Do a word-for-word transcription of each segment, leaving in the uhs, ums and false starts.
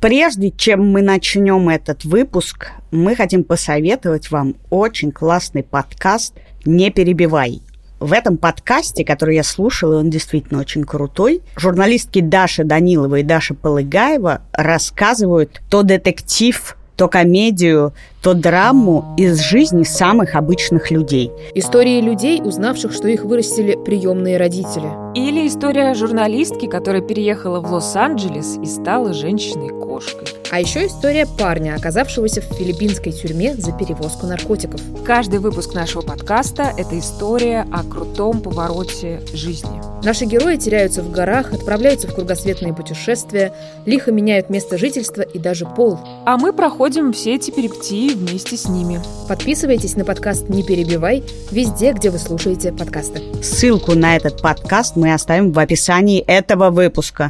Прежде чем мы начнем этот выпуск, мы хотим посоветовать вам очень классный подкаст «Не перебивай». В этом подкасте, который я слушала, он действительно очень крутой, журналистки Даша Данилова и Даша Полыгаева рассказывают то детектив, то комедию, то драму из жизни самых обычных людей. Истории людей, узнавших, что их вырастили приемные родители. Или история журналистки, которая переехала в Лос-Анджелес и стала женщиной-кошкой. А еще история парня, оказавшегося в филиппинской тюрьме за перевозку наркотиков. Каждый выпуск нашего подкаста – это история о крутом повороте жизни. Наши герои теряются в горах, отправляются в кругосветные путешествия, лихо меняют место жительства и даже пол. А мы проходим все эти перипетии вместе с ними. Подписывайтесь на подкаст «Не перебивай» везде, где вы слушаете подкасты. Ссылку на этот подкаст мы оставим в описании этого выпуска.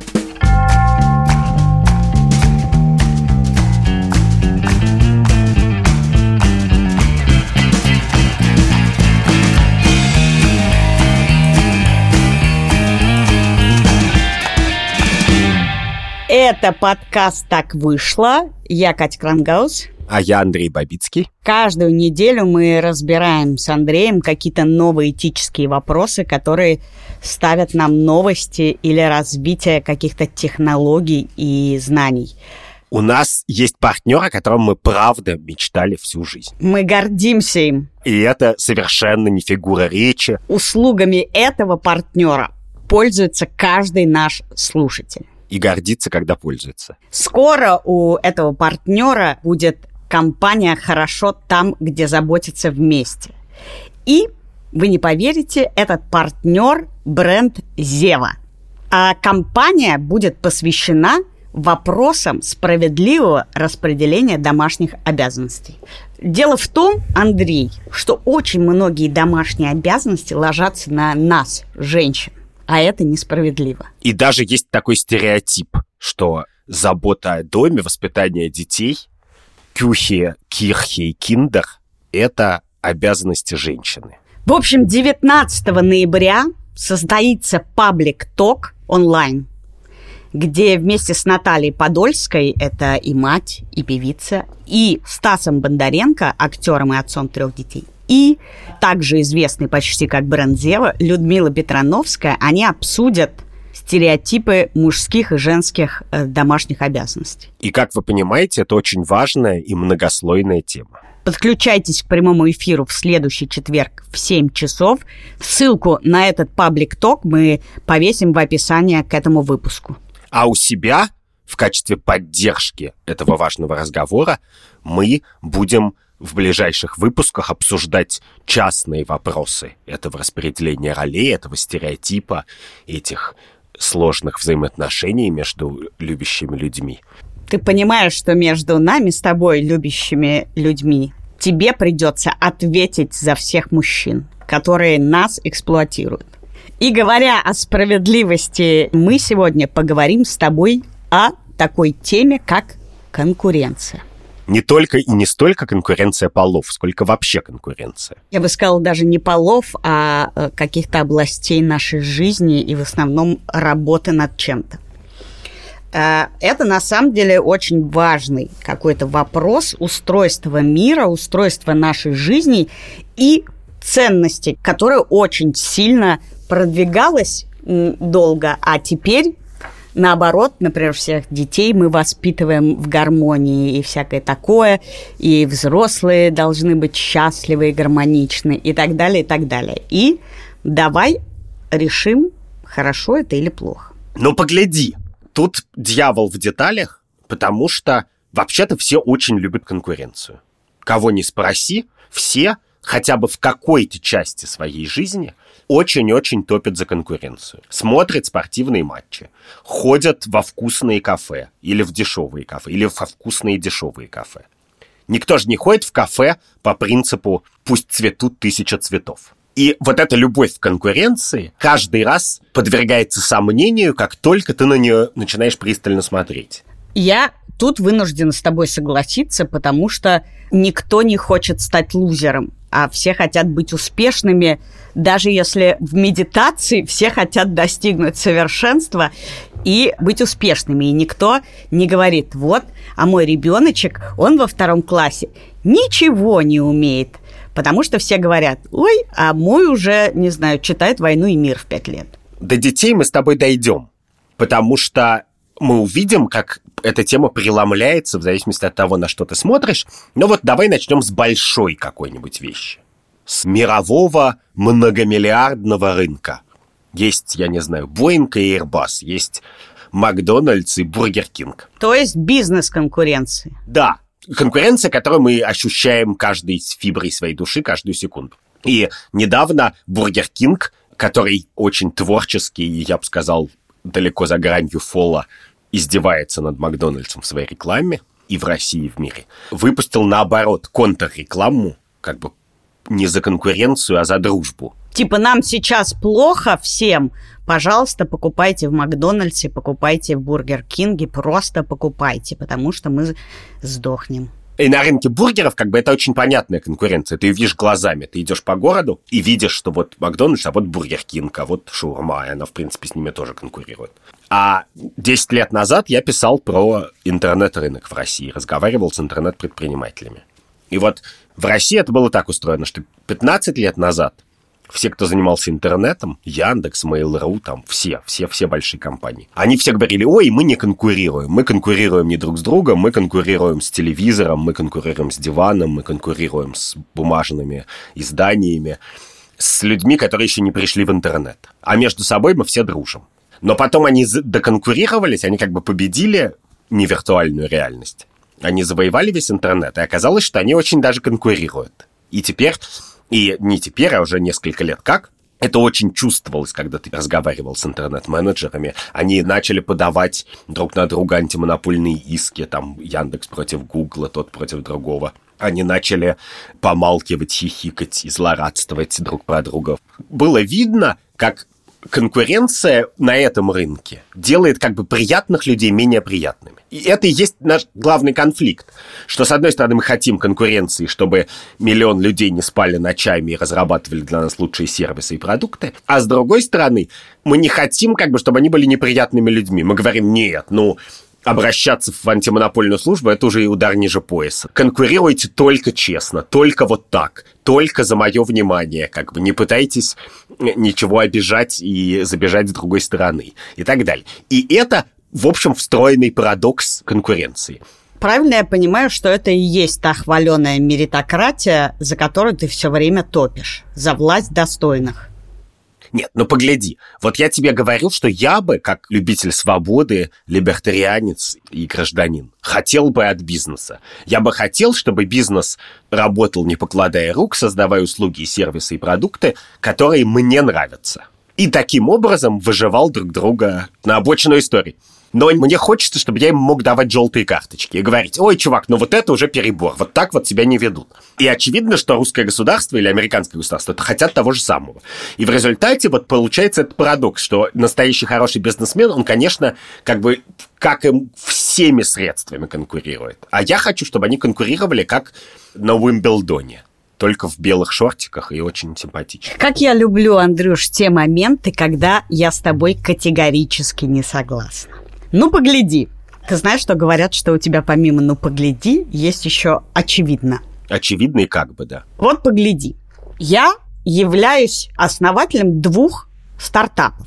Это подкаст «Так вышло». Я Катя Крангаус. А я Андрей Бабицкий. Каждую неделю мы разбираем с Андреем какие-то новые этические вопросы, которые ставят нам новости или развитие каких-то технологий и знаний. У нас есть партнер, о котором мы правда мечтали всю жизнь. Мы гордимся им. И это совершенно не фигура речи. Услугами этого партнера пользуется каждый наш слушатель. И гордится, когда пользуется. Скоро у этого партнера будет компания «Хорошо там, где заботятся вместе». И, вы не поверите, этот партнер – бренд Зева. А компания будет посвящена вопросам справедливого распределения домашних обязанностей. Дело в том, Андрей, что очень многие домашние обязанности ложатся на нас, женщин. А это несправедливо. И даже есть такой стереотип, что забота о доме, воспитание детей, кюхе, кирхе и киндер – это обязанности женщины. В общем, девятнадцатого ноября состоится паблик ток онлайн, где вместе с Натальей Подольской, это и мать, и певица, и Стасом Бондаренко, актером и отцом трех детей, и также известный почти как бренд Зева, Людмила Петрановская, они обсудят стереотипы мужских и женских э, домашних обязанностей. И, как вы понимаете, это очень важная и многослойная тема. Подключайтесь к прямому эфиру в следующий четверг в семь часов. Ссылку на этот паблик-ток мы повесим в описании к этому выпуску. А у себя в качестве поддержки этого важного разговора мы будем в ближайших выпусках обсуждать частные вопросы этого распределения ролей, этого стереотипа, этих сложных взаимоотношений между любящими людьми. Ты понимаешь, что между нами с тобой, любящими людьми, тебе придется ответить за всех мужчин, которые нас эксплуатируют. И говоря о справедливости, мы сегодня поговорим с тобой о такой теме, как конкуренция. Не только и не столько конкуренция полов, сколько вообще конкуренция. Я бы сказала, даже не полов, а каких-то областей нашей жизни и в основном работы над чем-то. Это на самом деле очень важный какой-то вопрос устройства мира, устройства нашей жизни и ценностей, которое очень сильно продвигалось долго, а теперь... Наоборот, например, всех детей мы воспитываем в гармонии и всякое такое, и взрослые должны быть счастливы и гармоничны, и так далее, и так далее. И давай решим, хорошо это или плохо. Ну, погляди, тут дьявол в деталях, потому что вообще-то все очень любят конкуренцию. Кого ни спроси, все хотя бы в какой-то части своей жизни очень-очень топят за конкуренцию. Смотрят спортивные матчи, ходят во вкусные кафе или в дешевые кафе, или во вкусные дешевые кафе. Никто же не ходит в кафе по принципу «пусть цветут тысяча цветов». И вот эта любовь к конкуренции каждый раз подвергается сомнению, как только ты на нее начинаешь пристально смотреть. Я тут вынуждена с тобой согласиться, потому что никто не хочет стать лузером, а все хотят быть успешными, даже если в медитации все хотят достигнуть совершенства и быть успешными. И никто не говорит, вот, а мой ребеночек, он во втором классе ничего не умеет, потому что все говорят, ой, а мой уже, не знаю, читает «Войну и мир» в пять лет. До детей мы с тобой дойдем, потому что мы увидим, как эта тема преломляется в зависимости от того, на что ты смотришь. Но вот давай начнем с большой какой-нибудь вещи. С мирового многомиллиардного рынка. Есть, я не знаю, Boeing и Airbus, есть Макдональдс и Бургер Кинг. То есть бизнес-конкуренции. Да, конкуренция, которую мы ощущаем каждой фиброй своей души каждую секунду. И недавно Бургер Кинг, который очень творческий, и, я бы сказал, далеко за гранью фола, издевается над Макдональдсом в своей рекламе и в России, и в мире, выпустил, наоборот, контррекламу, как бы не за конкуренцию, а за дружбу. Типа, нам сейчас плохо всем, пожалуйста, покупайте в Макдональдсе, покупайте в Бургер Кинге, просто покупайте, потому что мы сдохнем. И на рынке бургеров как бы это очень понятная конкуренция. Ты ее видишь глазами. Ты идешь по городу и видишь, что вот Макдональдс, а вот Бургер Кинг, а вот шаурма, и она, в принципе, с ними тоже конкурирует. А десять лет назад я писал про интернет-рынок в России, разговаривал с интернет-предпринимателями. И вот в России это было так устроено, что пятнадцать лет назад все, кто занимался интернетом, Яндекс, Mail.ru, там все, все, все большие компании, они все говорили, ой, мы не конкурируем, мы конкурируем не друг с другом, мы конкурируем с телевизором, мы конкурируем с диваном, мы конкурируем с бумажными изданиями, с людьми, которые еще не пришли в интернет. А между собой мы все дружим. Но потом они доконкурировались, они как бы победили невиртуальную реальность. Они завоевали весь интернет, и оказалось, что они очень даже конкурируют. И теперь... И не теперь, а уже несколько лет как. Это очень чувствовалось, когда ты разговаривал с интернет-менеджерами. Они начали подавать друг на друга антимонопольные иски. Там Яндекс против Гугла, тот против другого. Они начали помалкивать, хихикать и злорадствовать друг про друга. Было видно, как конкуренция на этом рынке делает как бы приятных людей менее приятными. И это и есть наш главный конфликт. Что, с одной стороны, мы хотим конкуренции, чтобы миллион людей не спали ночами и разрабатывали для нас лучшие сервисы и продукты. А с другой стороны, мы не хотим, как бы, чтобы они были неприятными людьми. Мы говорим, нет, ну... обращаться в антимонопольную службу – это уже и удар ниже пояса. Конкурируйте только честно, только вот так, только за мое внимание, как бы не пытайтесь ничего обижать и забежать с другой стороны и так далее. И это, в общем, встроенный парадокс конкуренции. Правильно я понимаю, что это и есть та хваленая меритократия, за которую ты все время топишь, за власть достойных? Нет, ну погляди. Вот я тебе говорил, что я бы, как любитель свободы, либертарианец и гражданин, хотел бы от бизнеса. Я бы хотел, чтобы бизнес работал, не покладая рук, создавая услуги, сервисы и продукты, которые мне нравятся. И таким образом выживал друг друга на обочину истории. Но мне хочется, чтобы я им мог давать желтые карточки и говорить, ой, чувак, ну вот это уже перебор, вот так вот себя не ведут. И очевидно, что русское государство или американское государство хотят того же самого. И в результате вот получается этот парадокс, что настоящий хороший бизнесмен, он, конечно, как бы, как им всеми средствами конкурирует. А я хочу, чтобы они конкурировали как на Уимблдоне. Только в белых шортиках и очень симпатично. Как я люблю, Андрюш, те моменты, когда я с тобой категорически не согласна. Ну, погляди. Ты знаешь, что говорят, что у тебя помимо «ну, погляди» есть еще «очевидно». Очевидно и как бы, да. Вот погляди. Я являюсь основателем двух стартапов.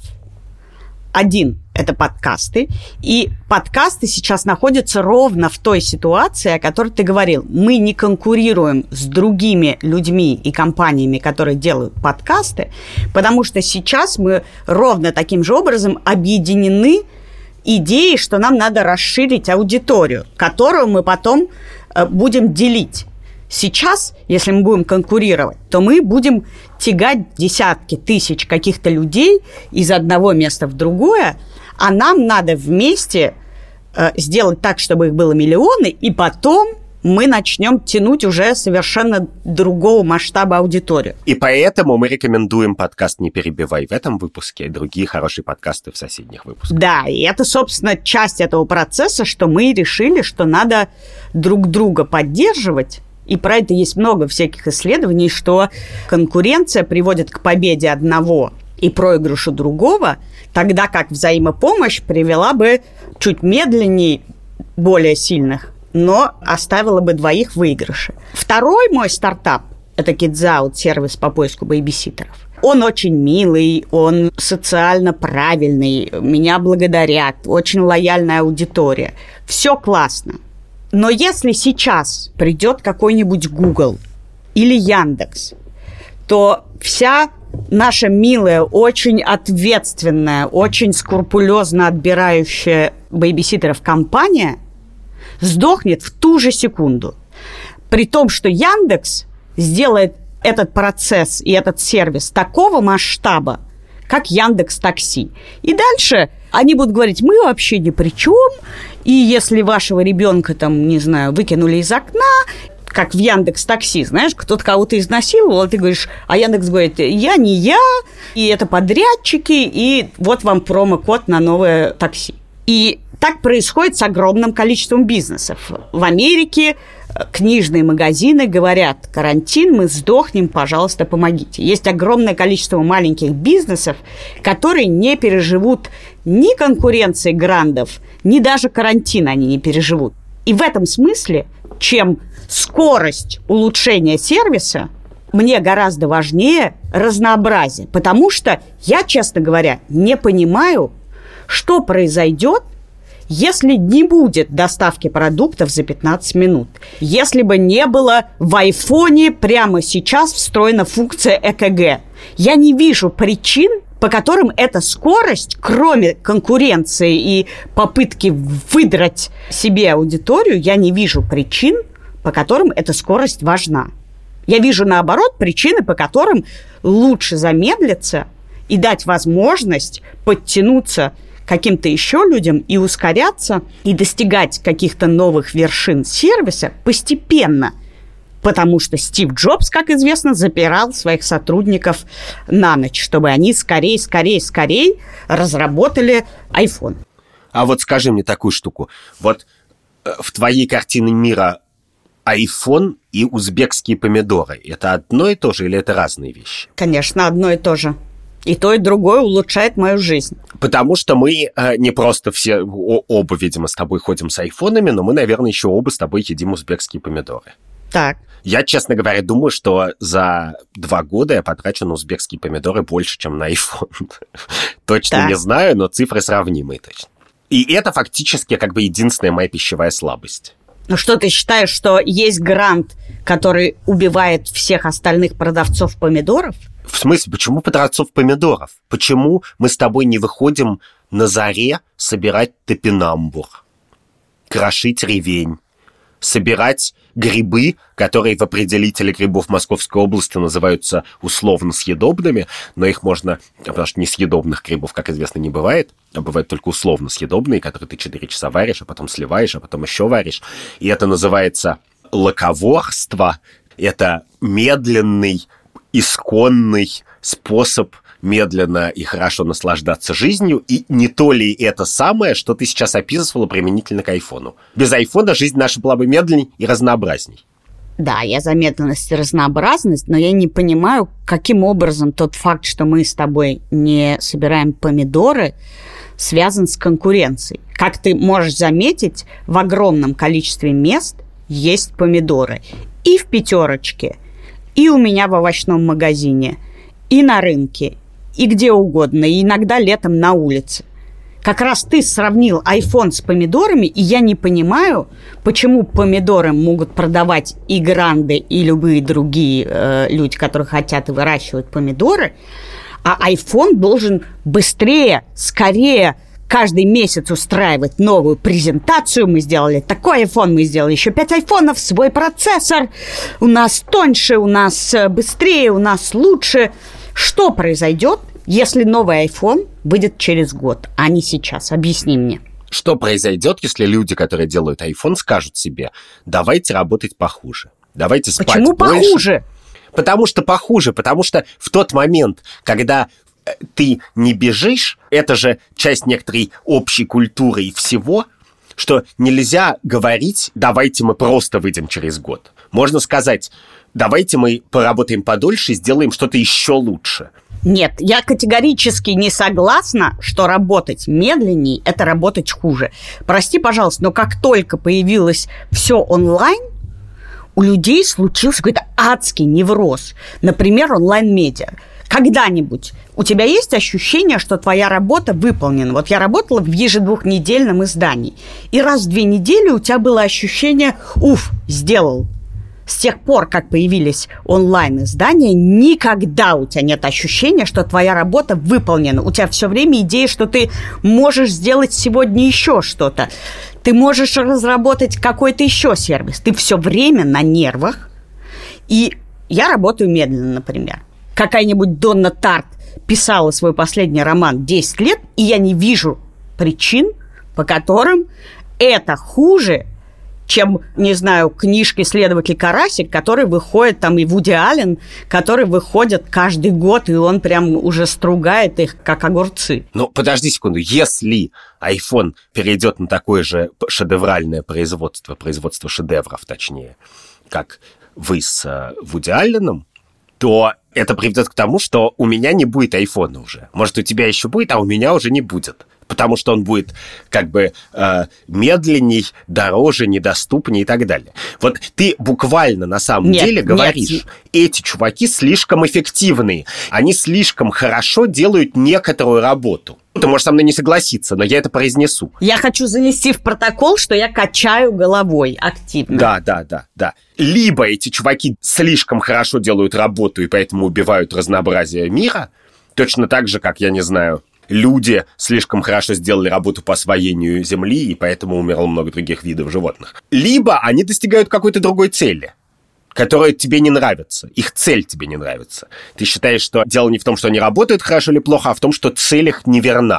Один – это подкасты. И подкасты сейчас находятся ровно в той ситуации, о которой ты говорил. Мы не конкурируем с другими людьми и компаниями, которые делают подкасты, потому что сейчас мы ровно таким же образом объединены идеей, что нам надо расширить аудиторию, которую мы потом э, будем делить. Сейчас, если мы будем конкурировать, то мы будем тягать десятки тысяч каких-то людей из одного места в другое, а нам надо вместе э, сделать так, чтобы их было миллионы, и потом мы начнем тянуть уже совершенно другого масштаба аудиторию. И поэтому мы рекомендуем подкаст «Не перебивай» в этом выпуске и другие хорошие подкасты в соседних выпусках. Да, и это, собственно, часть этого процесса, что мы решили, что надо друг друга поддерживать. И про это есть много всяких исследований, что конкуренция приводит к победе одного и проигрышу другого, тогда как взаимопомощь привела бы чуть медленнее более сильных, но оставила бы двоих в выигрыше. Второй мой стартап – это KidsOut, сервис по поиску бэйбиситеров. Он очень милый, он социально правильный, меня благодарят, очень лояльная аудитория. Все классно. Но если сейчас придет какой-нибудь Google или Яндекс, то вся наша милая, очень ответственная, очень скрупулезно отбирающая бэйбиситеров компания сдохнет в ту же секунду. При том, что Яндекс сделает этот процесс и этот сервис такого масштаба, как Яндекс.Такси. И дальше они будут говорить, мы вообще ни при чем, и если вашего ребенка там, не знаю, выкинули из окна, как в Яндекс.Такси, знаешь, кто-то кого-то изнасиловал, а ты говоришь, а Яндекс говорит, я не я, и это подрядчики, и вот вам промокод на новое такси. И так происходит с огромным количеством бизнесов. В Америке книжные магазины говорят, карантин, мы сдохнем, пожалуйста, помогите. Есть огромное количество маленьких бизнесов, которые не переживут ни конкуренции грандов, ни даже карантин они не переживут. И в этом смысле, чем скорость улучшения сервиса, мне гораздо важнее разнообразие. Потому что я, честно говоря, не понимаю, что произойдет, если не будет доставки продуктов за пятнадцать минут. Если бы не было в айфоне прямо сейчас встроена функция ЭКГ. Я не вижу причин, по которым эта скорость, кроме конкуренции и попытки выдрать себе аудиторию, я не вижу причин, по которым эта скорость важна. Я вижу, наоборот, причины, по которым лучше замедлиться и дать возможность подтянуться каким-то еще людям и ускоряться, и достигать каких-то новых вершин сервиса постепенно. Потому что Стив Джобс, как известно, запирал своих сотрудников на ночь, чтобы они скорее, скорее, скорее разработали iPhone. А вот скажи мне такую штуку. Вот в твоей картине мира iPhone и узбекские помидоры – это одно и то же или это разные вещи? Конечно, одно и то же. И то, и другое улучшает мою жизнь. Потому что мы э, не просто все, о, оба, видимо, с тобой ходим с айфонами, но мы, наверное, еще оба с тобой едим узбекские помидоры. Так. Я, честно говоря, думаю, что за два года я потрачу на узбекские помидоры больше, чем на айфон. Точно не знаю, но цифры сравнимые точно. И это фактически как бы единственная моя пищевая слабость. Ну что, ты считаешь, что есть грант, который убивает всех остальных продавцов помидоров? В смысле, почему продавцов помидоров? Почему мы с тобой не выходим на заре собирать топинамбур, крошить ревень, собирать грибы, которые в определителе грибов Московской области называются условно съедобными, но их можно, потому что несъедобных грибов, как известно, не бывает, а бывают только условно съедобные, которые ты четыре часа варишь, а потом сливаешь, а потом еще варишь. И это называется лаковорство. Это медленный, исконный способ медленно и хорошо наслаждаться жизнью, и не то ли это самое, что ты сейчас описывала применительно к айфону. Без айфона жизнь наша была бы медленней и разнообразней. Да, я за медленность и разнообразность, но я не понимаю, каким образом тот факт, что мы с тобой не собираем помидоры, связан с конкуренцией. Как ты можешь заметить, в огромном количестве мест есть помидоры. И в пятерочке, и у меня в овощном магазине, и на рынке, и где угодно, и иногда летом на улице. Как раз ты сравнил iPhone с помидорами, и я не понимаю, почему помидоры могут продавать и гранды, и любые другие э, люди, которые хотят и выращивают помидоры, а iPhone должен быстрее, скорее каждый месяц устраивать новую презентацию. Мы сделали такой iPhone, мы сделали еще пять айфонов, свой процессор. У нас тоньше, у нас быстрее, у нас лучше. Что произойдет, если новый iPhone выйдет через год, а не сейчас? Объясни мне. Что произойдет, если люди, которые делают iPhone, скажут себе, давайте работать похуже, давайте спать Почему больше? похуже? Потому что похуже, потому что в тот момент, когда ты не бежишь, это же часть некоторой общей культуры и всего, что нельзя говорить, давайте мы просто выйдем через год. Можно сказать, давайте мы поработаем подольше и сделаем что-то еще лучше. Нет, я категорически не согласна, что работать медленнее – это работать хуже. Прости, пожалуйста, но как только появилось все онлайн, у людей случился какой-то адский невроз. Например, онлайн-медиа. Когда-нибудь у тебя есть ощущение, что твоя работа выполнена? Вот я работала в ежедвухнедельном издании, и раз в две недели у тебя было ощущение «уф, сделал». С тех пор, как появились онлайн-издания, никогда у тебя нет ощущения, что твоя работа выполнена. У тебя все время идея, что ты можешь сделать сегодня еще что-то. Ты можешь разработать какой-то еще сервис. Ты все время на нервах. И я работаю медленно, например. Какая-нибудь Донна Тарт писала свой последний роман десять лет, и я не вижу причин, по которым это хуже, чем, не знаю, книжки «Следователь Карасик», которые выходят, там и Вуди Аллен, которые выходят каждый год, и он прям уже стругает их, как огурцы. Ну, подожди секунду. Если iPhone перейдет на такое же шедевральное производство, производство шедевров, точнее, как вы с Вуди Алленом, то это приведет к тому, что у меня не будет айфона уже. Может, у тебя еще будет, а у меня уже не будет. Потому что он будет как бы э, медленней, дороже, недоступнее и так далее. Вот ты буквально на самом нет, деле говоришь, нет. эти чуваки слишком эффективные, они слишком хорошо делают некоторую работу. Ты можешь со мной не согласиться, но я это произнесу. Я хочу занести в протокол, что я качаю головой активно. Да, да, да, да. Либо эти чуваки слишком хорошо делают работу и поэтому убивают разнообразие мира, точно так же, как, я не знаю, люди слишком хорошо сделали работу по освоению Земли, и поэтому умерло много других видов животных. Либо они достигают какой-то другой цели, которая тебе не нравится. Их цель тебе не нравится. Ты считаешь, что дело не в том, что они работают хорошо или плохо, а в том, что цель их неверна.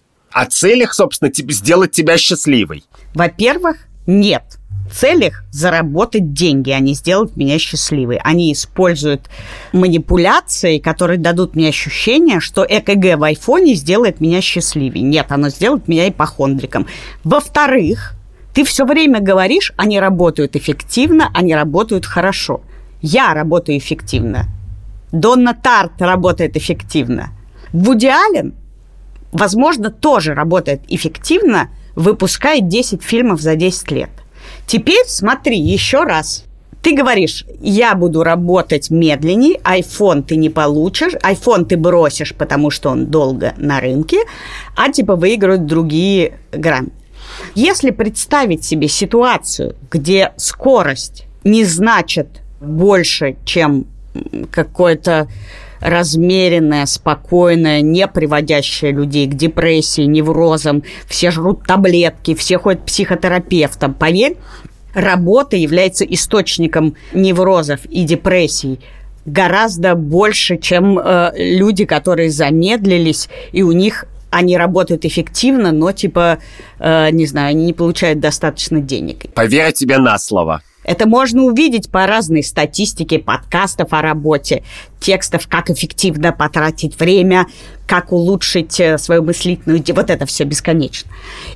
А цель их, собственно, сделать тебя счастливой. Во-первых, нет. Цель их – заработать деньги, а не сделать меня счастливой. Они используют манипуляции, которые дадут мне ощущение, что ЭКГ в айфоне сделает меня счастливее. Нет, оно сделает меня ипохондриком. Во-вторых, ты все время говоришь, они работают эффективно, они работают хорошо. Я работаю эффективно. Донна Тарт работает эффективно. Вуди Аллен, возможно, тоже работает эффективно, выпускает десять фильмов за десять лет. Теперь смотри еще раз. Ты говоришь, я буду работать медленнее, iPhone ты не получишь, iPhone ты бросишь, потому что он долго на рынке, а типа выиграют другие гранты. Если представить себе ситуацию, где скорость не значит больше, чем какое-то размеренное, спокойное, не приводящее людей к депрессии, неврозам, все жрут таблетки, все ходят к психотерапевтам. Поверь, работа является источником неврозов и депрессий гораздо больше, чем э, люди, которые замедлились, и у них они работают эффективно, но, типа, э, не знаю, они не получают достаточно денег. Поверь тебе на слово. Это можно увидеть по разной статистике подкастов о работе, текстов, как эффективно потратить время, как улучшить свою мыслительную... Вот это все бесконечно.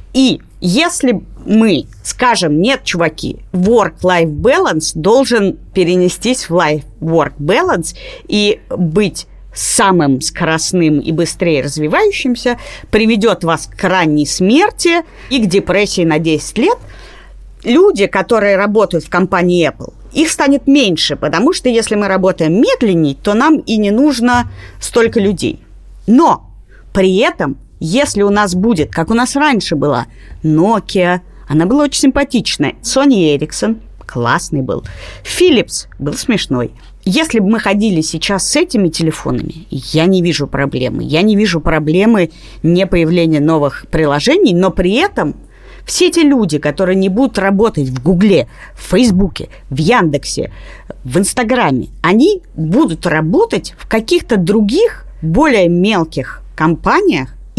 И если мы скажем, нет, чуваки, work-life balance должен перенестись в life-work balance и быть самым скоростным и быстрее развивающимся, приведет вас к ранней смерти и к депрессии на десять лет, люди, которые работают в компании Apple, их станет меньше, потому что если мы работаем медленнее, то нам и не нужно столько людей. Но при этом, если у нас будет, как у нас раньше была, Nokia, она была очень симпатичная, Sony Ericsson, классный был, Philips был смешной. Если бы мы ходили сейчас с этими телефонами, я не вижу проблемы. Я не вижу проблемы не появления новых приложений, но при этом все эти люди, которые не будут работать в Гугле, в Фейсбуке, в Яндексе, в Инстаграме, они будут работать в каких-то других, более мелких компаниях,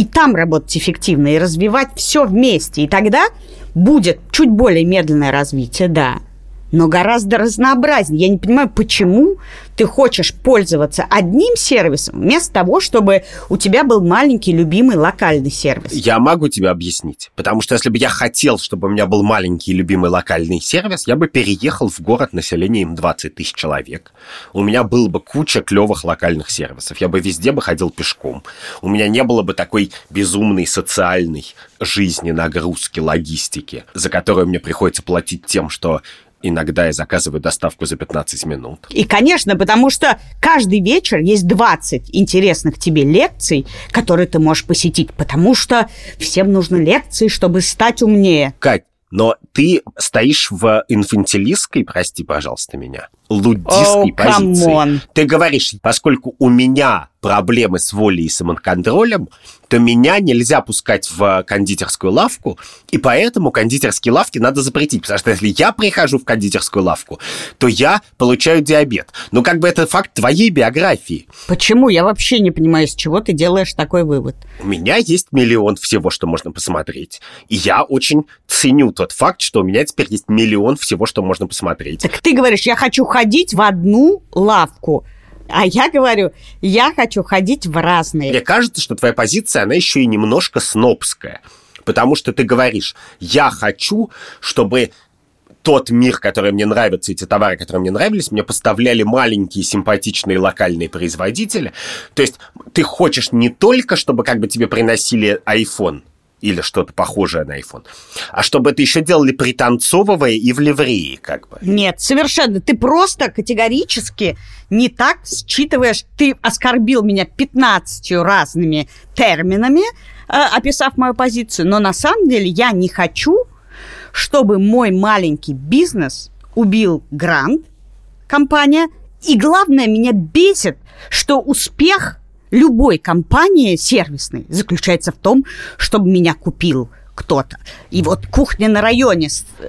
и там работать эффективно, и развивать все вместе. И тогда будет чуть более медленное развитие, да, но гораздо разнообразнее. Я не понимаю, почему ты хочешь пользоваться одним сервисом вместо того, чтобы у тебя был маленький, любимый локальный сервис. Я могу тебе объяснить. Потому что если бы я хотел, чтобы у меня был маленький, любимый локальный сервис, я бы переехал в город населением двадцать тысяч человек. У меня было бы куча клевых локальных сервисов. Я бы везде бы ходил пешком. У меня не было бы такой безумной социальной жизни, нагрузки, логистики, за которую мне приходится платить тем, что иногда я заказываю доставку за пятнадцать минут. И, конечно, потому что каждый вечер есть двадцать интересных тебе лекций, которые ты можешь посетить, потому что всем нужны лекции, чтобы стать умнее. Кать, но ты стоишь в инфантилистской, прости, пожалуйста, меня, луддистской oh, позиции. Ты говоришь, поскольку у меня проблемы с волей и самоконтролем, то меня нельзя пускать в кондитерскую лавку, и поэтому кондитерские лавки надо запретить. Потому что если я прихожу в кондитерскую лавку, то я получаю диабет. Ну, как бы это факт твоей биографии. Почему? Я вообще не понимаю, с чего ты делаешь такой вывод. У меня есть миллион всего, что можно посмотреть. И я очень ценю тот факт, что у меня теперь есть миллион всего, что можно посмотреть. Так ты говоришь, я хочу ходить в одну лавку. А я говорю, я хочу ходить в разные. Мне кажется, что твоя позиция, она еще и немножко снобская. Потому что ты говоришь, я хочу, чтобы тот мир, который мне нравится, эти товары, которые мне нравились, мне поставляли маленькие, симпатичные локальные производители. То есть ты хочешь не только, чтобы как бы тебе приносили iPhone или что-то похожее на iPhone, а чтобы это еще делали пританцовывая и в ливрее, как бы. Нет, совершенно. Ты просто категорически не так считываешь. Ты оскорбил меня пятнадцатью разными терминами, э, описав мою позицию, но на самом деле я не хочу, чтобы мой маленький бизнес убил грант, компания, и главное, меня бесит, что успех любой компании сервисной заключается в том, чтобы меня купил кто-то. И вот «Кухня на районе»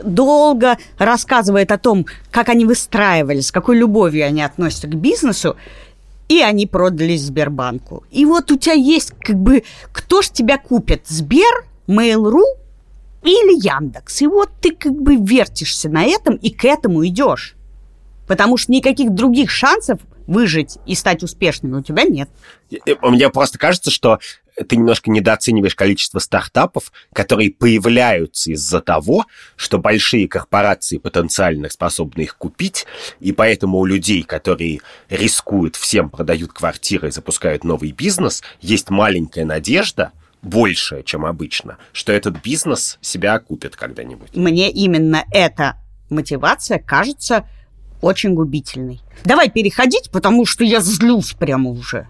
долго рассказывает о том, как они выстраивались, с какой любовью они относятся к бизнесу, и они продались Сбербанку. И вот у тебя есть как бы, кто ж тебя купит? Сбер, Mail.ru или Яндекс? И вот ты как бы вертишься на этом и к этому идешь. Потому что никаких других шансов выжить и стать успешными у тебя нет. Мне просто кажется, что ты немножко недооцениваешь количество стартапов, которые появляются из-за того, что большие корпорации потенциально способны их купить, и поэтому у людей, которые рискуют, всем продают квартиры и запускают новый бизнес, есть маленькая надежда, большая, чем обычно, что этот бизнес себя окупит когда-нибудь. Мне именно эта мотивация кажется очень губительный. Давай переходить, потому что я злюсь прямо уже.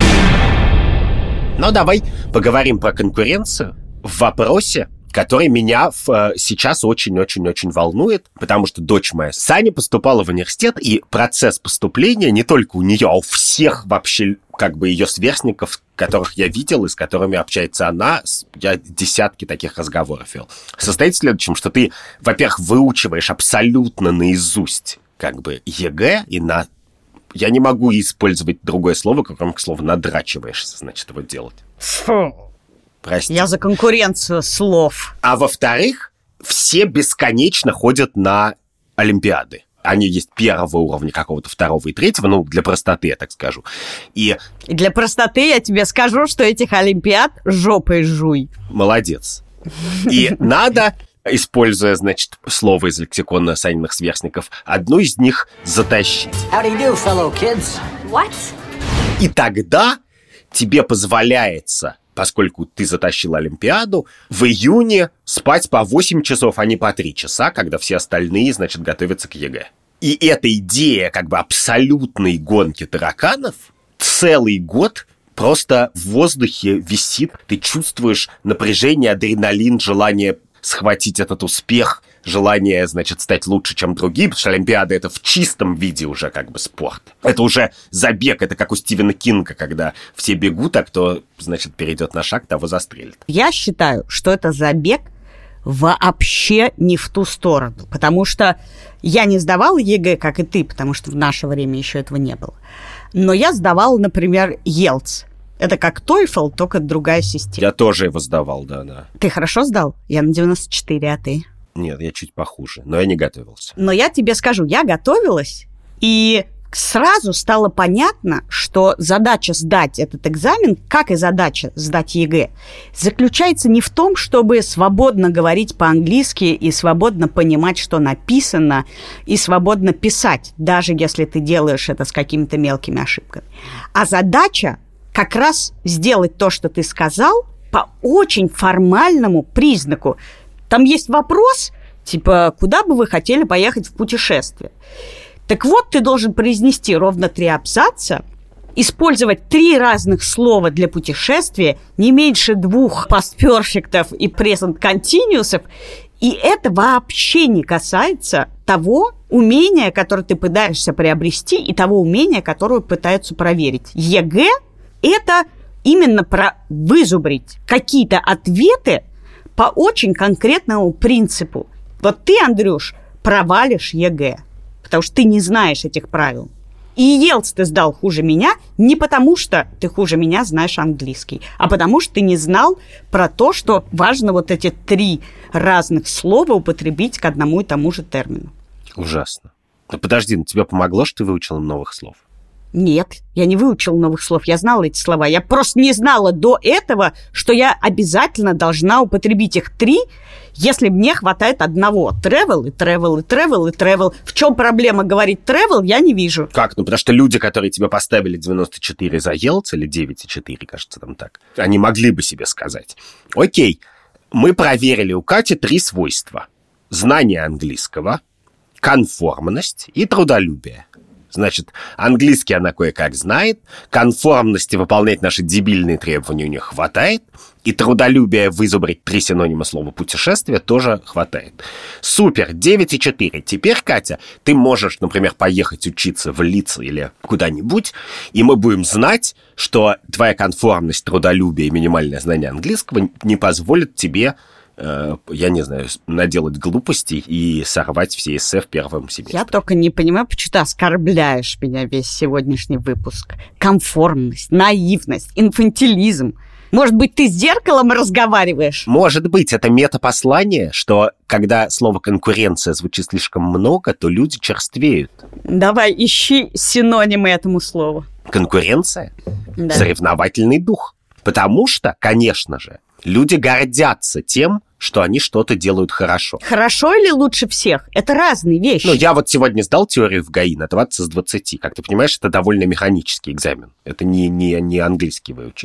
Ну, давай поговорим про конкуренцию в вопросе, который меня в, сейчас очень-очень-очень волнует, потому что дочь моя Саня поступала в университет, и процесс поступления не только у нее, а у всех вообще как бы ее сверстников, которых я видел и с которыми общается она, я десятки таких разговоров вел, состоит в следующем, что ты, во-первых, выучиваешь абсолютно наизусть как бы ЕГЭ, и на... Я не могу использовать другое слово, кроме слова «надрачиваешься», значит, его делать. Фу. Прости. Я за конкуренцию слов. А во-вторых, все бесконечно ходят на олимпиады. Они есть первого уровня, какого-то второго и третьего, ну, для простоты, я так скажу. И... и для простоты я тебе скажу, что этих олимпиад жопой жуй. Молодец. И надо... используя, значит, слово из лексикона Саниных сверстников, одну из них затащить. How do you do, fellow kids? What? И тогда тебе позволяется, поскольку ты затащил олимпиаду, в июне спать по восемь часов, а не по три часа, когда все остальные, значит, готовятся к ЕГЭ. И эта идея как бы абсолютной гонки тараканов целый год просто в воздухе висит. Ты чувствуешь напряжение, адреналин, желание схватить этот успех, желание, значит, стать лучше, чем другие, потому что Олимпиада — это в чистом виде уже как бы спорт. Это уже забег, это как у Стивена Кинга, когда все бегут, а кто, значит, перейдет на шаг, того застрелит. Я считаю, что это забег вообще не в ту сторону, потому что я не сдавала ЕГЭ, как и ты, потому что в наше время еще этого не было. Но я сдавала, например, ЕЛТС. Это как TOEFL, только другая система. Я тоже его сдавал, да-да. Ты хорошо сдал? Я на девяносто четыре, а ты? Нет, я чуть похуже, но я не готовился. Но я тебе скажу, я готовилась, и сразу стало понятно, что задача сдать этот экзамен, как и задача сдать ЕГЭ, заключается не в том, чтобы свободно говорить по-английски и свободно понимать, что написано, и свободно писать, даже если ты делаешь это с какими-то мелкими ошибками. А задача как раз сделать то, что ты сказал, по очень формальному признаку. Там есть вопрос, типа, куда бы вы хотели поехать в путешествие? Так вот, ты должен произнести ровно три абзаца, использовать три разных слова для путешествия, не меньше двух past-perfect'ов и present continuous'ов, и это вообще не касается того умения, которое ты пытаешься приобрести, и того умения, которое пытаются проверить. ЕГЭ – это именно про вызубрить какие-то ответы по очень конкретному принципу. Вот ты, Андрюш, провалишь ЕГЭ, потому что ты не знаешь этих правил. И Елц ты сдал хуже меня не потому, что ты хуже меня знаешь английский, а потому что ты не знал про то, что важно вот эти три разных слова употребить к одному и тому же термину. Ужасно. Ну, подожди, ну тебе помогло, что ты выучила новых слов? Нет, я не выучила новых слов, я знала эти слова. Я просто не знала до этого, что я обязательно должна употребить их три, если мне хватает одного. Travel и travel и travel и travel. В чем проблема говорить travel, я не вижу. Как? Ну, потому что люди, которые тебе поставили девяносто четыре за Елц, или девять и четыре, кажется, там так, они могли бы себе сказать. Окей, мы проверили у Кати три свойства. Знание английского, конформность и трудолюбие. Значит, английский она кое-как знает, конформности выполнять наши дебильные требования у нее хватает, и трудолюбие вызубрить три синонима слова «путешествие» тоже хватает. Супер, девять и четыре. Теперь, Катя, ты можешь, например, поехать учиться в Лидс или куда-нибудь, и мы будем знать, что твоя конформность, трудолюбие и минимальное знание английского не позволят тебе, я не знаю, наделать глупостей и сорвать все эссе в первом семестре. Я только не понимаю, почему ты оскорбляешь меня весь сегодняшний выпуск. Конформность, наивность, инфантилизм. Может быть, ты с зеркалом разговариваешь? Может быть, это метапослание, что когда слово «конкуренция» звучит слишком много, то люди черствеют. Давай, ищи синонимы этому слову. Конкуренция? Да. Соревновательный дух. Потому что, конечно же, люди гордятся тем, что они что-то делают хорошо. Хорошо или лучше всех? Это разные вещи. Ну, я вот сегодня сдал теорию в ГАИ на двадцать из двадцати. Как ты понимаешь, это довольно механический экзамен. Это не, не, не английский выучить.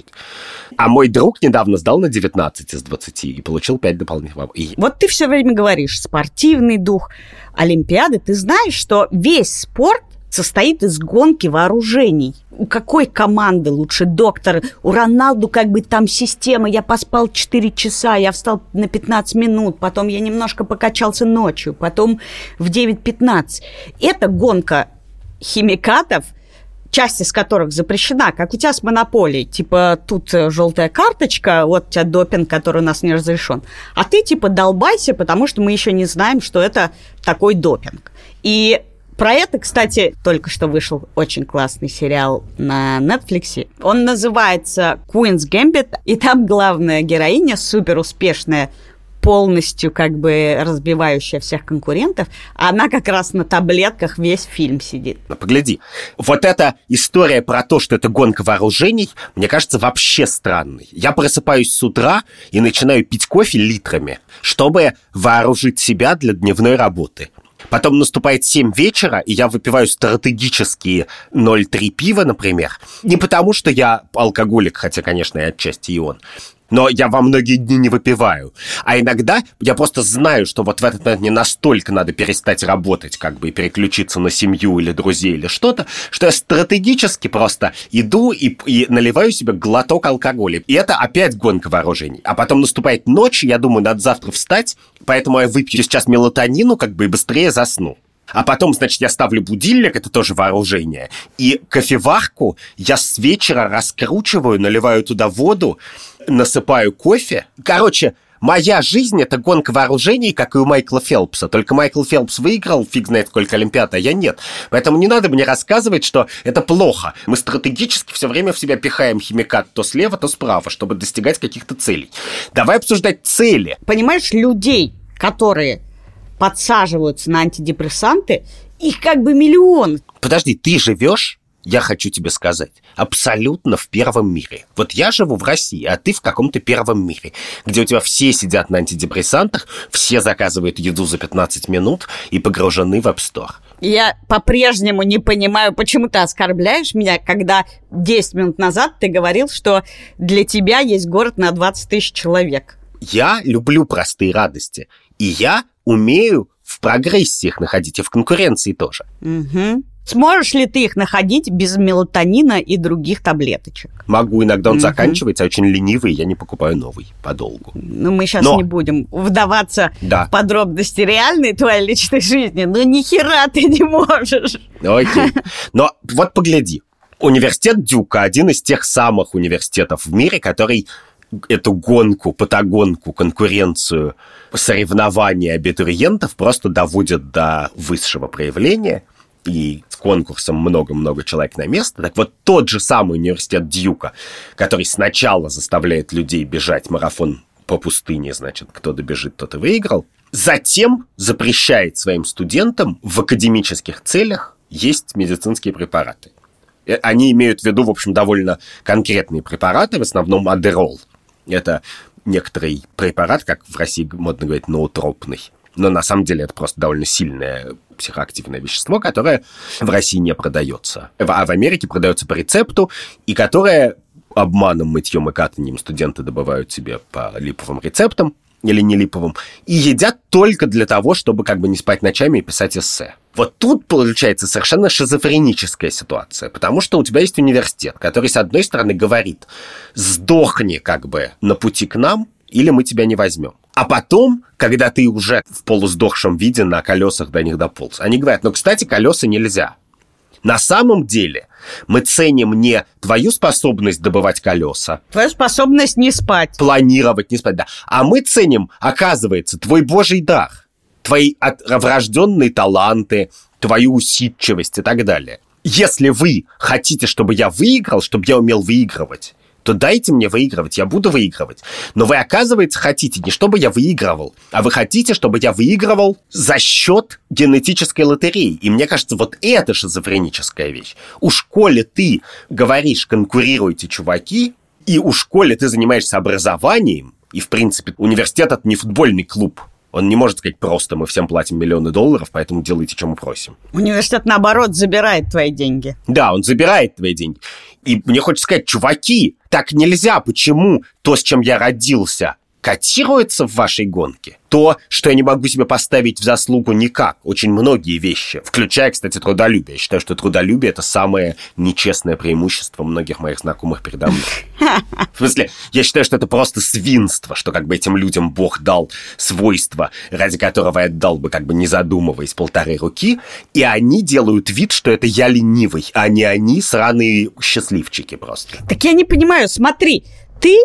А мой друг недавно сдал на девятнадцать из двадцати и получил пять дополнительных. И... Вот ты все время говоришь, спортивный дух, Олимпиады. Ты знаешь, что весь спорт состоит из гонки вооружений. У какой команды лучше доктор? У Роналду как бы там система. Я поспал четыре часа, я встал на пятнадцать минут, потом я немножко покачался ночью, потом в девять пятнадцать. Это гонка химикатов, часть из которых запрещена, как у тебя с монополией. Типа, тут желтая карточка, вот у тебя допинг, который у нас не разрешен. А ты типа долбайся, потому что мы еще не знаем, что это такой допинг. И про это, кстати, только что вышел очень классный сериал на Netflix. Он называется Queen's Gambit, и там главная героиня, супер успешная, полностью как бы разбивающая всех конкурентов, она как раз на таблетках весь фильм сидит. Ну, погляди, вот эта история про то, что это гонка вооружений, мне кажется, вообще странной. Я просыпаюсь с утра и начинаю пить кофе литрами, чтобы вооружить себя для дневной работы. Потом наступает семь вечера, и я выпиваю стратегические ноль целых три пива, например. Не потому, что я алкоголик, хотя, конечно, и отчасти и он. Но я во многие дни не выпиваю. А иногда я просто знаю, что вот в этот момент мне настолько надо перестать работать, как бы, и переключиться на семью или друзей или что-то, что я стратегически просто иду и, и наливаю себе глоток алкоголя. И это опять гонка вооружений. А потом наступает ночь, и я думаю, надо завтра встать, поэтому я выпью сейчас мелатонину, как бы, и быстрее засну. А потом, значит, я ставлю будильник, это тоже вооружение, и кофеварку я с вечера раскручиваю, наливаю туда воду, насыпаю кофе. Короче, моя жизнь — это гонка вооружений, как и у Майкла Фелпса. Только Майкл Фелпс выиграл, фиг знает сколько олимпиад, а я нет. Поэтому не надо мне рассказывать, что это плохо. Мы стратегически все время в себя пихаем химикат то слева, то справа, чтобы достигать каких-то целей. Давай обсуждать цели. Понимаешь, людей, которые подсаживаются на антидепрессанты, их как бы миллион. Подожди, ты живешь, я хочу тебе сказать, абсолютно в первом мире. Вот я живу в России, а ты в каком-то первом мире, где у тебя все сидят на антидепрессантах, все заказывают еду за пятнадцать минут и погружены в App Store. Я по-прежнему не понимаю, почему ты оскорбляешь меня, когда десять минут назад ты говорил, что для тебя есть город на двадцать тысяч человек. Я люблю простые радости, и я умею в прогрессии их находить, и в конкуренции тоже. Угу. Сможешь ли ты их находить без мелатонина и других таблеточек? Могу, иногда он угу. заканчивается, очень ленивый, я не покупаю новый подолгу. Ну, мы сейчас Но... не будем вдаваться да. в подробности реальной твоей личной жизни, но ни хера ты не можешь. Окей. Но вот погляди. Университет Дюка один из тех самых университетов в мире, который эту гонку, патагонку, конкуренцию, соревнования абитуриентов просто доводит до высшего проявления. И с конкурсом много-много человек на место. Так вот, тот же самый университет Дьюка, который сначала заставляет людей бежать марафон по пустыне, значит, кто добежит, тот и выиграл, затем запрещает своим студентам в академических целях есть медицинские препараты. Они имеют в виду, в общем, довольно конкретные препараты, в основном адерол. Это некоторый препарат, как в России модно говорить, ноотропный. Но на самом деле это просто довольно сильное психоактивное вещество, которое в России не продается, а в Америке продается по рецепту, и которое обманом, мытьем и катанием студенты добывают себе по липовым рецептам или не липовым, и едят только для того, чтобы как бы не спать ночами и писать эссе. Вот тут получается совершенно шизофреническая ситуация, потому что у тебя есть университет, который, с одной стороны, говорит: сдохни как бы на пути к нам, или мы тебя не возьмем. А потом, когда ты уже в полусдохшем виде на колесах до них дополз, они говорят: ну, кстати, колеса нельзя. На самом деле мы ценим не твою способность добывать колеса, твою способность не спать, планировать, не спать, да, а мы ценим, оказывается, твой божий дар, твои врожденные таланты, твою усидчивость и так далее. Если вы хотите, чтобы я выиграл, чтобы я умел выигрывать, то дайте мне выигрывать, я буду выигрывать. Но вы, оказывается, хотите не чтобы я выигрывал, а вы хотите, чтобы я выигрывал за счет генетической лотереи. И мне кажется, вот это шизофреническая вещь. Уж коли ты говоришь, конкурируйте, чуваки, и уж коли ты занимаешься образованием, и, в принципе, университет — это не футбольный клуб. Он не может сказать просто: мы всем платим миллионы долларов, поэтому делайте, что мы просим. Университет, наоборот, забирает твои деньги. Да, он забирает твои деньги. И мне хочется сказать: чуваки, так нельзя. Почему то, с чем я родился, котируется в вашей гонке? То, что я не могу себе поставить в заслугу никак. Очень многие вещи, включая, кстати, трудолюбие. Я считаю, что трудолюбие — это самое нечестное преимущество многих моих знакомых передо мной. В смысле, я считаю, что это просто свинство, что как бы этим людям Бог дал свойство, ради которого я дал бы, как бы не задумываясь, полторы руки, и они делают вид, что это я ленивый, а не они сраные счастливчики просто. Так я не понимаю, смотри, ты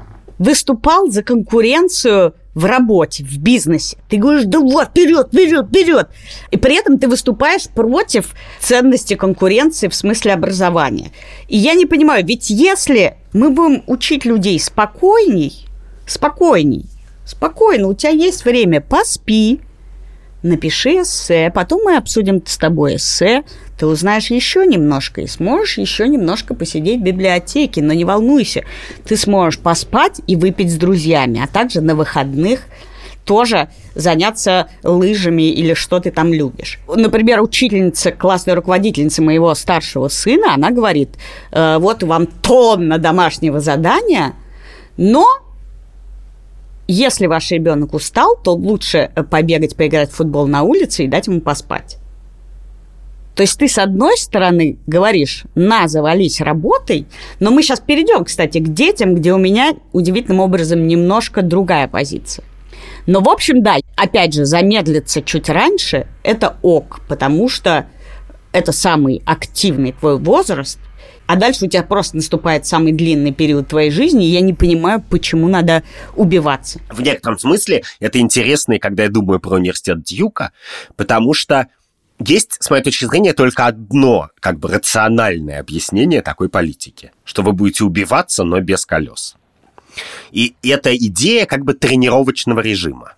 выступал за конкуренцию в работе, в бизнесе. Ты говоришь: да вот, вперед, вперед, вперед. И при этом ты выступаешь против ценности конкуренции в смысле образования. И я не понимаю, ведь если мы будем учить людей спокойней, спокойней, спокойно, у тебя есть время, поспи, напиши эссе, потом мы обсудим с тобой эссе, ты узнаешь еще немножко и сможешь еще немножко посидеть в библиотеке, но не волнуйся, ты сможешь поспать и выпить с друзьями, а также на выходных тоже заняться лыжами или что ты там любишь. Например, учительница, классная руководительница моего старшего сына, она говорит: э, вот вам тонна домашнего задания, но если ваш ребенок устал, то лучше побегать, поиграть в футбол на улице и дать ему поспать. То есть ты, с одной стороны, говоришь: на, завались работой, но мы сейчас перейдем, кстати, к детям, где у меня удивительным образом немножко другая позиция. Но, в общем, да, опять же, замедлиться чуть раньше – это ок, потому что это самый активный твой возраст, А дальше у тебя просто наступает самый длинный период твоей жизни, и я не понимаю, почему надо убиваться. В некотором смысле это интересно, когда я думаю про университет Дьюка, потому что есть, с моей точки зрения, только одно как бы рациональное объяснение такой политики, что вы будете убиваться, но без колес. И это идея как бы тренировочного режима,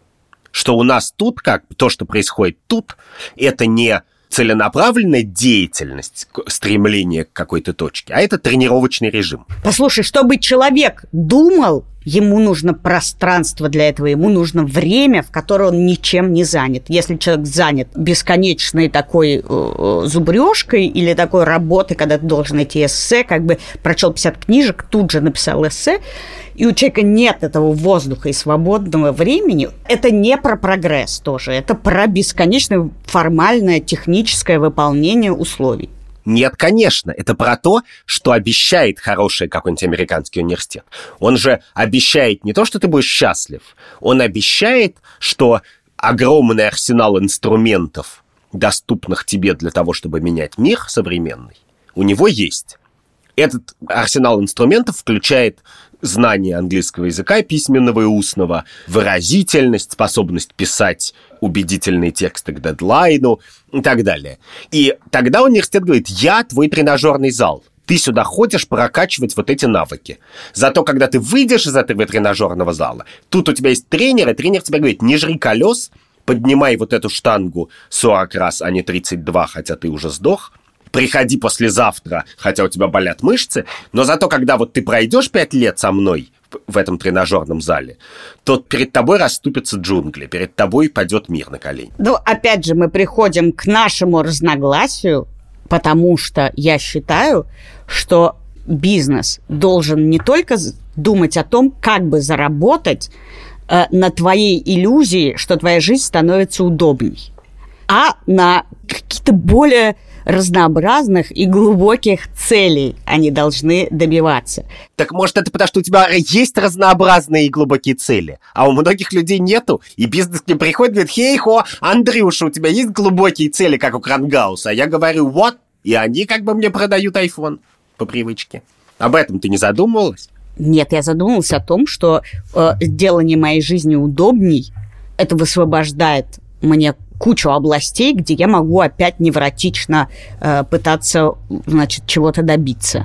что у нас тут, как то, что происходит тут, это не целенаправленная деятельность, стремление к какой-то точке, а это тренировочный режим. Послушай, чтобы человек думал, ему нужно пространство для этого, ему нужно время, в которое он ничем не занят. Если человек занят бесконечной такой э, зубрежкой или такой работой, когда ты должен найти эссе, как бы прочел пятьдесят книжек, тут же написал эссе, и у человека нет этого воздуха и свободного времени, это не про прогресс тоже, это про бесконечное формальное техническое выполнение условий. Нет, конечно, это про то, что обещает хороший какой-нибудь американский университет. Он же обещает не то, что ты будешь счастлив, он обещает, что огромный арсенал инструментов, доступных тебе для того, чтобы менять мир современный, у него есть. Этот арсенал инструментов включает знание английского языка, письменного и устного, выразительность, способность писать убедительные тексты к дедлайну и так далее. И тогда университет говорит: я твой тренажерный зал. Ты сюда ходишь прокачивать вот эти навыки. Зато когда ты выйдешь из этого тренажерного зала, тут у тебя есть тренер, и тренер тебе говорит: не жри колес, поднимай вот эту штангу сорок раз, а не тридцать два, хотя ты уже сдох. Приходи послезавтра, хотя у тебя болят мышцы, но зато когда вот ты пройдешь пять лет со мной в этом тренажерном зале, то перед тобой расступятся джунгли, перед тобой падет мир на колени. Ну, опять же, мы приходим к нашему разногласию, потому что я считаю, что бизнес должен не только думать о том, как бы заработать э, на твоей иллюзии, что твоя жизнь становится удобней, а на какие-то более разнообразных и глубоких целей они должны добиваться. Так может, это потому, что у тебя есть разнообразные и глубокие цели, а у многих людей нету, и бизнес к ним приходит и говорит: хей-хо, Андрюша, у тебя есть глубокие цели, как у Крангауса? А я говорю: вот, и они как бы мне продают айфон по привычке. Об этом ты не задумывалась? Нет, я задумалась о том, что э, делание моей жизни удобней, это высвобождает мне кучу областей, где я могу опять невротично э, пытаться, значит, чего-то добиться.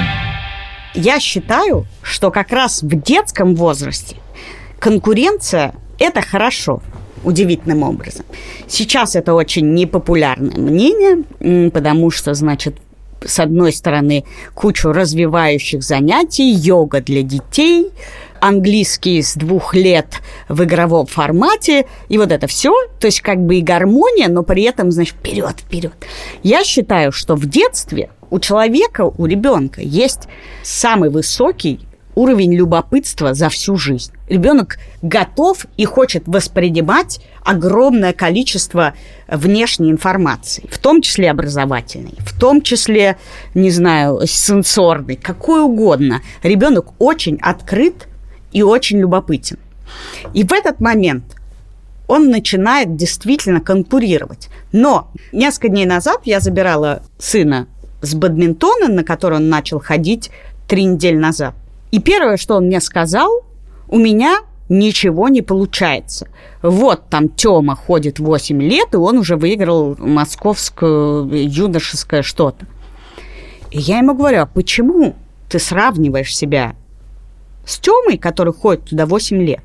Я считаю, что как раз в детском возрасте конкуренция – это хорошо, удивительным образом. Сейчас это очень непопулярное мнение, потому что, значит, с одной стороны, кучу развивающих занятий, йога для детей, английский с двух лет в игровом формате, и вот это все, то есть как бы и гармония, но при этом, значит, вперед, вперед. Я считаю, что в детстве у человека, у ребенка есть самый высокий уровень любопытства за всю жизнь. Ребенок готов и хочет воспринимать огромное количество внешней информации, в том числе образовательной, в том числе, не знаю, сенсорной, какой угодно. Ребенок очень открыт и очень любопытен. И в этот момент он начинает действительно конкурировать. Но несколько дней назад я забирала сына с бадминтона, на который он начал ходить три недели назад. И первое, что он мне сказал: у меня ничего не получается. Вот там Тёма ходит восемь лет, и он уже выиграл московское юношеское что-то. И я ему говорю: а почему ты сравниваешь себя с Тёмой, который ходит туда восемь лет,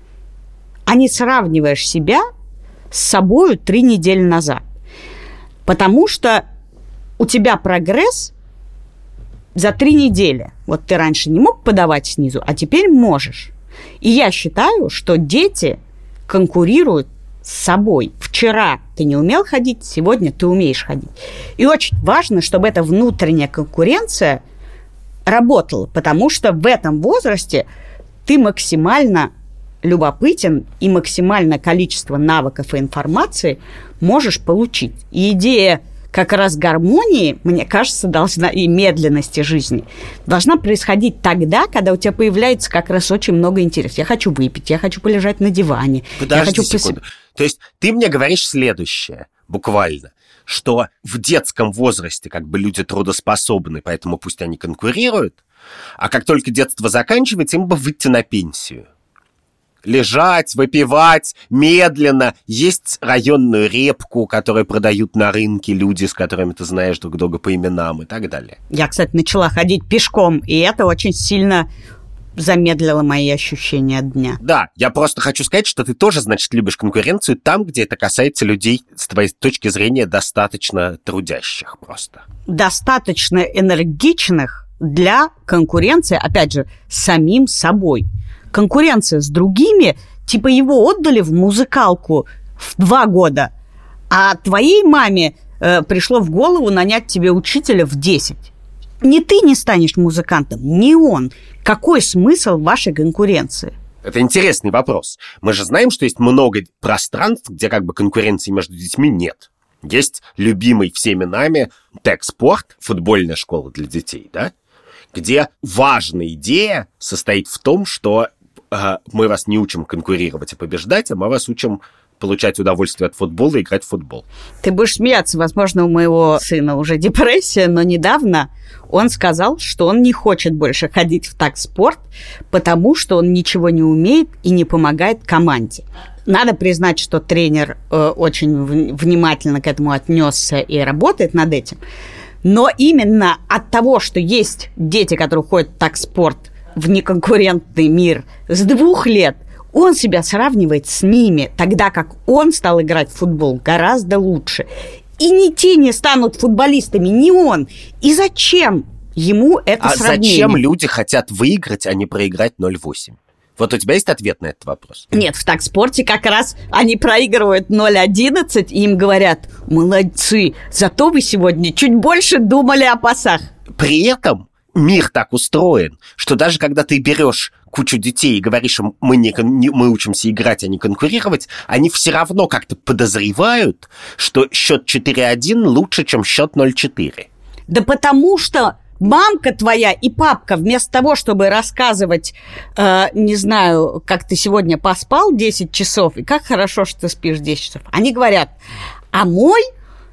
а не сравниваешь себя с собой три недели назад? Потому что у тебя прогресс за три недели. Вот ты раньше не мог подавать снизу, а теперь можешь. И я считаю, что дети конкурируют с собой. Вчера ты не умел ходить, сегодня ты умеешь ходить. И очень важно, чтобы эта внутренняя конкуренция работала, потому что в этом возрасте ты максимально любопытен и максимальное количество навыков и информации можешь получить. И идея как раз гармонии, мне кажется, должна, и медленности жизни должна происходить тогда, когда у тебя появляется как раз очень много интереса. Я хочу выпить, я хочу полежать на диване. Подожди я хочу секунду. пос... То есть ты мне говоришь следующее, буквально, что в детском возрасте как бы люди трудоспособны, поэтому пусть они конкурируют, а как только детство заканчивается, им бы выйти на пенсию. Лежать, выпивать, медленно, есть районную репку, которую продают на рынке люди, с которыми ты знаешь друг друга по именам и так далее. Я, кстати, начала ходить пешком, и это очень сильно замедлило мои ощущения дня. Да, я просто хочу сказать, что ты тоже, значит, любишь конкуренцию там, где это касается людей, с твоей точки зрения, достаточно трудящих просто. Достаточно энергичных для конкуренции, опять же, с самим собой. Конкуренция с другими, типа его отдали в музыкалку в два года, а твоей маме э, пришло в голову нанять тебе учителя в десять. Ни ты не станешь музыкантом, ни он. Какой смысл в вашей конкуренции? Это интересный вопрос. Мы же знаем, что есть много пространств, где как бы конкуренции между детьми нет. Есть любимый всеми нами Тек-спорт, футбольная школа для детей, да? Где важная идея состоит в том, что э, мы вас не учим конкурировать и побеждать, а мы вас учим получать удовольствие от футбола и играть в футбол. Ты будешь смеяться, возможно, у моего сына уже депрессия, но недавно он сказал, что он не хочет больше ходить в Тек-спорт, потому что он ничего не умеет и не помогает команде. Надо признать, что тренер э, очень внимательно к этому отнесся и работает над этим. Но именно от того, что есть дети, которые ходят в Тек-спорт в неконкурентный мир с двух лет, он себя сравнивает с ними, тогда как он стал играть в футбол гораздо лучше. И ни те не станут футболистами, ни он. И зачем ему это а сравнение? Зачем люди хотят выиграть, а не проиграть ноль восемь? Вот у тебя есть ответ на этот вопрос? Нет, в Тек-спорте как раз они проигрывают ноль одиннадцать, и им говорят: молодцы, зато вы сегодня чуть больше думали о пасах. При этом мир так устроен, что даже когда ты берешь кучу детей и говоришь им, мы, не, не, мы учимся играть, а не конкурировать, они все равно как-то подозревают, что счет четыре один лучше, чем счет ноль четыре. Да потому что мамка твоя и папка вместо того, чтобы рассказывать, э, не знаю, как ты сегодня поспал десять часов, и как хорошо, что ты спишь десять часов, они говорят: а мой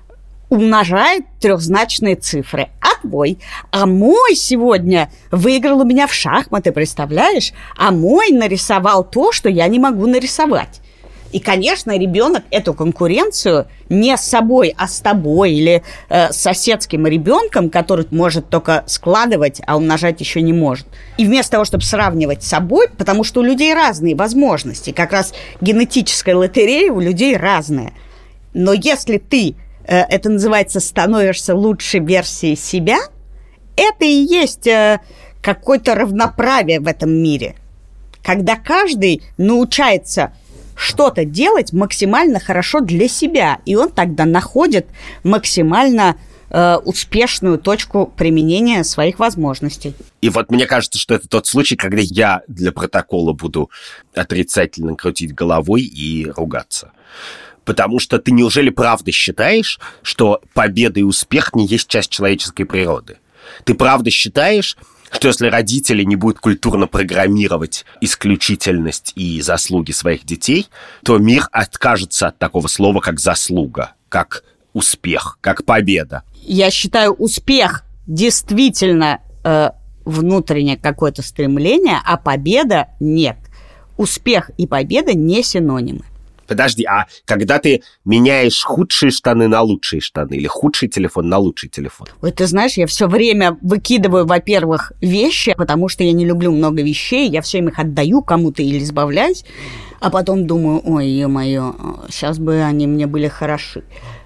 умножает трехзначные цифры, а твой, а мой сегодня выиграл у меня в шахматы, представляешь? А мой нарисовал то, что я не могу нарисовать. И, конечно, ребенок эту конкуренцию не с собой, а с тобой или э, с соседским ребенком, который может только складывать, а умножать еще не может. И вместо того, чтобы сравнивать с собой, потому что у людей разные возможности, как раз генетическая лотерея у людей разная. Но если ты, э, это называется, становишься лучшей версией себя, это и есть э, какое-то равноправие в этом мире, когда каждый научается что-то делать максимально хорошо для себя, и он тогда находит максимально э, успешную точку применения своих возможностей. И вот мне кажется, что это тот случай, когда я для протокола буду отрицательно крутить головой и ругаться. Потому что ты неужели правда считаешь, что победа и успех не есть часть человеческой природы? Ты правда считаешь, что если родители не будут культурно программировать исключительность и заслуги своих детей, то мир откажется от такого слова, как заслуга, как успех, как победа? Я считаю, успех действительно э, внутреннее какое-то стремление, а победа нет. Успех и победа не синонимы. Подожди, а когда ты меняешь худшие штаны на лучшие штаны или худший телефон на лучший телефон? Ой, ты знаешь, я все время выкидываю, во-первых, вещи, потому что я не люблю много вещей, я все время их отдаю кому-то или избавляюсь, а потом думаю: ой, ё-моё, сейчас бы они мне были хороши.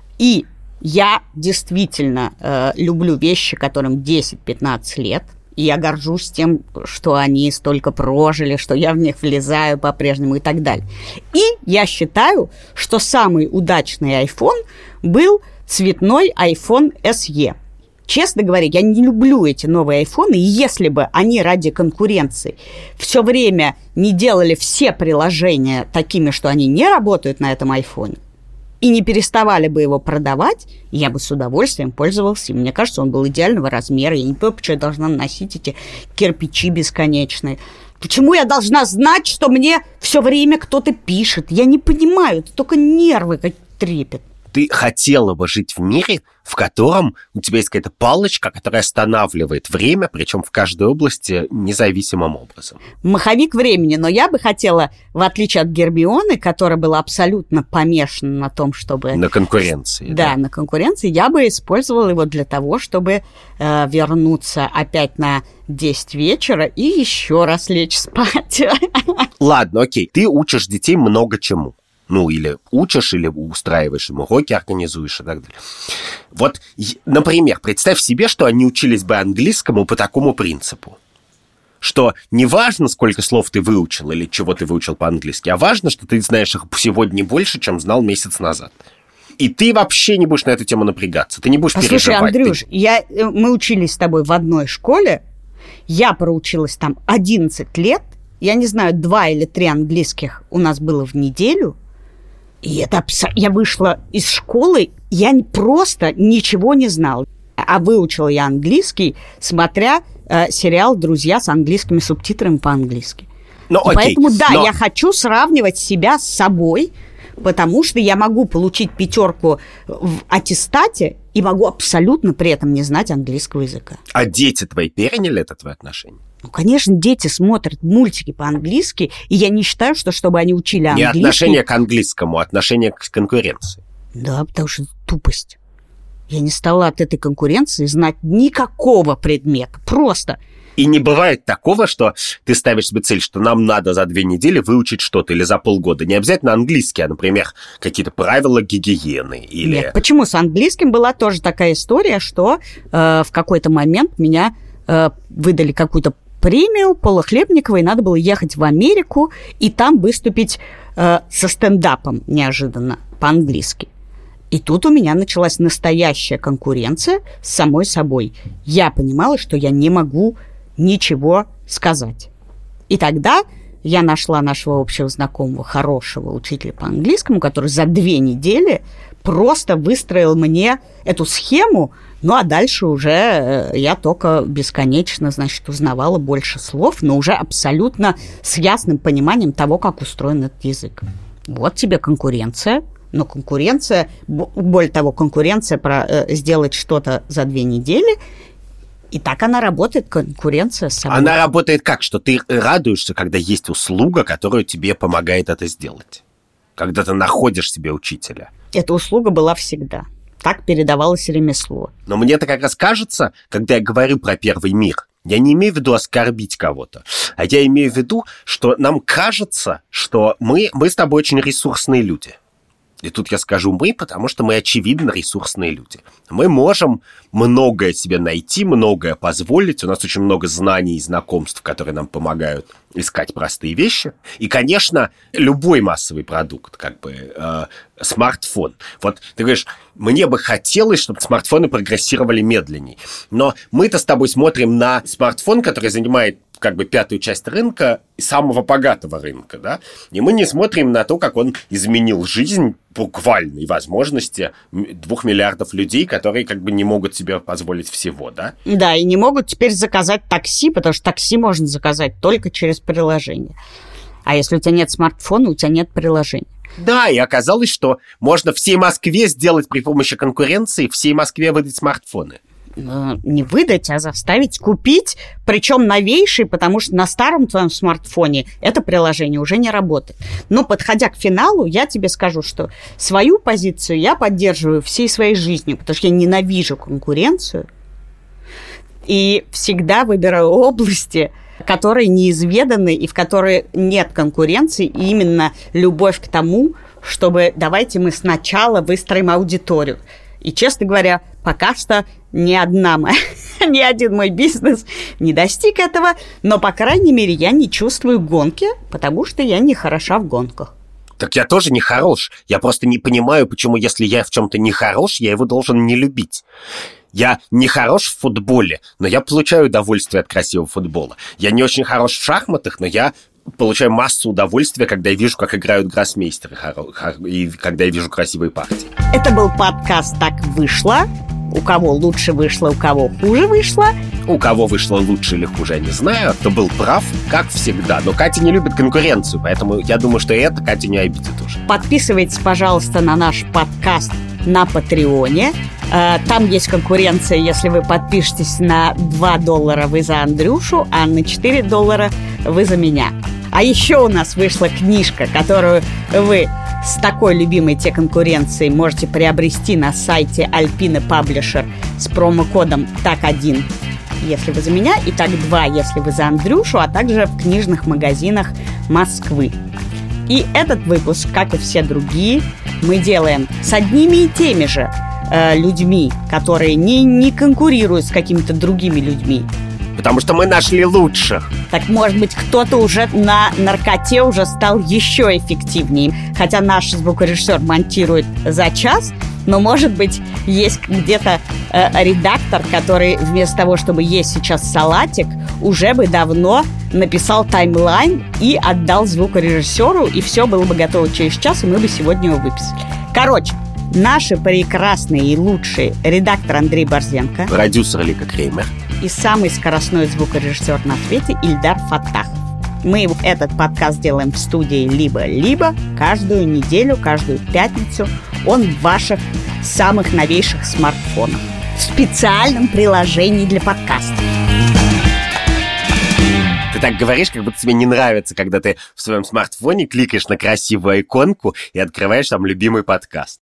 И я действительно э, люблю вещи, которым десять-пятнадцать лет, и я горжусь тем, что они столько прожили, что я в них влезаю по-прежнему и так далее. И я считаю, что самый удачный iPhone был цветной iPhone эс и. Честно говоря, я не люблю эти новые айфоны, и если бы они ради конкуренции все время не делали все приложения такими, что они не работают на этом айфоне, и не переставали бы его продавать, я бы с удовольствием пользовался им. Мне кажется, он был идеального размера. Я не понимаю, почему я должна носить эти кирпичи бесконечные. Почему я должна знать, что мне все время кто-то пишет? Я не понимаю, это только нервы как трепет. ты хотела бы жить в мире, в котором у тебя есть какая-то палочка, которая останавливает время, причем в каждой области независимым образом. Маховик времени. Но я бы хотела, в отличие от Гермионы, которая была абсолютно помешана на том, чтобы... На конкуренции. Да, да, на конкуренции. Я бы использовала его для того, чтобы э, вернуться опять на десять вечера и еще раз лечь спать. Ладно, окей. Ты учишь детей много чему. Ну, или учишь, или устраиваешь им уроки, организуешь и так далее. Вот, например, представь себе, что они учились бы английскому по такому принципу. Что не важно, сколько слов ты выучил или чего ты выучил по-английски, а важно, что ты знаешь их сегодня больше, чем знал месяц назад. И ты вообще не будешь на эту тему напрягаться. Ты не будешь Послушай, переживать. Андрюш, ты... я, мы учились с тобой в одной школе. Я проучилась там одиннадцать лет. Я не знаю, два или три английских у нас было в неделю. И это я вышла из школы, я просто ничего не знала. А выучила я английский, смотря э, сериал «Друзья» с английскими субтитрами по-английски. Ну, окей, поэтому, да, но... я хочу сравнивать себя с собой, потому что я могу получить пятерку в аттестате и могу абсолютно при этом не знать английского языка. А дети твои переняли это твое отношение? Ну, конечно, дети смотрят мультики по-английски, и я не считаю, что чтобы они учили английский... Не отношение к английскому, а отношение к конкуренции. Да, потому что это тупость. Я не стала от этой конкуренции знать никакого предмета. Просто. И не бывает такого, что ты ставишь себе цель, что нам надо за две недели выучить что-то или за полгода. Не обязательно английский, а, например, какие-то правила гигиены. Или... Нет, почему? С английским была тоже такая история, что э, в какой-то момент меня э, выдали какую-то премию Пола Хлебникова, и надо было ехать в Америку и там выступить э, со стендапом неожиданно по-английски. И тут у меня началась настоящая конкуренция с самой собой. Я понимала, что я не могу ничего сказать. И тогда я нашла нашего общего знакомого, хорошего учителя по английскому, который за две недели просто выстроил мне эту схему. Ну, а дальше уже я только бесконечно, значит, узнавала больше слов, но уже абсолютно с ясным пониманием того, как устроен этот язык. Вот тебе конкуренция. Но конкуренция, более того, конкуренция про э, сделать что-то за две недели, и так она работает, конкуренция с собой. Она работает как? Что ты радуешься, когда есть услуга, которая тебе помогает это сделать? Когда ты находишь себе учителя? Эта услуга была всегда. Так передавалось ремесло. Но мне это как раз кажется, когда я говорю про первый мир, я не имею в виду оскорбить кого-то, а я имею в виду, что нам кажется, что мы, мы с тобой очень ресурсные люди. И тут я скажу «мы», потому что мы, очевидно, ресурсные люди. Мы можем многое себе найти, многое позволить. У нас очень много знаний и знакомств, которые нам помогают искать простые вещи. И, конечно, любой массовый продукт, как бы э, смартфон. Вот ты говоришь, мне бы хотелось, чтобы смартфоны прогрессировали медленнее. Но мы-то с тобой смотрим на смартфон, который занимает как бы пятую часть рынка, самого богатого рынка, да, и мы не смотрим на то, как он изменил жизнь буквально и возможности двух миллиардов людей, которые как бы не могут себе позволить всего, да. Да, и не могут теперь заказать такси, потому что такси можно заказать только через приложение. А если у тебя нет смартфона, у тебя нет приложения. Да, и оказалось, что можно всей Москве сделать при помощи конкуренции, всей Москве выдать смартфоны. Не выдать, а заставить купить, причем новейший, потому что на старом твоем смартфоне это приложение уже не работает. Но, подходя к финалу, я тебе скажу, что свою позицию я поддерживаю всей своей жизнью, потому что я ненавижу конкуренцию и всегда выбираю области, которые неизведаны и в которые нет конкуренции, и именно любовь к тому, чтобы давайте мы сначала выстроим аудиторию. И, честно говоря, пока что ни одна моя, ни один мой бизнес не достиг этого, но, по крайней мере, я не чувствую гонки, потому что я не хороша в гонках. Так я тоже не хорош. Я просто не понимаю, почему, если я в чем-то не хорош, я его должен не любить. Я не хорош в футболе, но я получаю удовольствие от красивого футбола. Я не очень хорош в шахматах, но я получаю массу удовольствия, когда я вижу, как играют гроссмейстеры, и когда я вижу красивые партии. Это был подкаст «Так вышло». У кого лучше вышло, у кого хуже вышло. У кого вышло лучше или хуже, я не знаю. Кто был прав, как всегда. Но Катя не любит конкуренцию, поэтому я думаю, что это Катя не обидит уже. Подписывайтесь, пожалуйста, на наш подкаст на Патреоне. Там есть конкуренция, если вы подпишетесь на два доллара, вы за Андрюшу, а на четыре доллара вы за меня. А еще у нас вышла книжка, которую вы с такой любимой те конкуренцией можете приобрести на сайте Alpine Publisher с промокодом так один, если вы за меня, и так два, если вы за Андрюшу, а также в книжных магазинах Москвы. И этот выпуск, как и все другие, мы делаем с одними и теми же э, людьми, которые не, не конкурируют с какими-то другими людьми. Потому что мы нашли лучших. Так, может быть, кто-то уже на наркоте уже стал еще эффективнее. Хотя наш звукорежиссер монтирует за час, но, может быть, есть где-то э, редактор, который вместо того, чтобы есть сейчас салатик, уже бы давно написал таймлайн и отдал звукорежиссеру, и все было бы готово через час, и мы бы сегодня его выписали. Короче, наши прекрасные и лучшие редактор Андрей Борзенко, продюсер Лика Креймер и самый скоростной звукорежиссер на свете Ильдар Фаттахов. Мы этот подкаст делаем в студии «Либо-либо» каждую неделю, каждую пятницу. Он в ваших самых новейших смартфонах в специальном приложении для подкастов. Ты так говоришь, как будто тебе не нравится, когда ты в своем смартфоне кликаешь на красивую иконку и открываешь там любимый подкаст.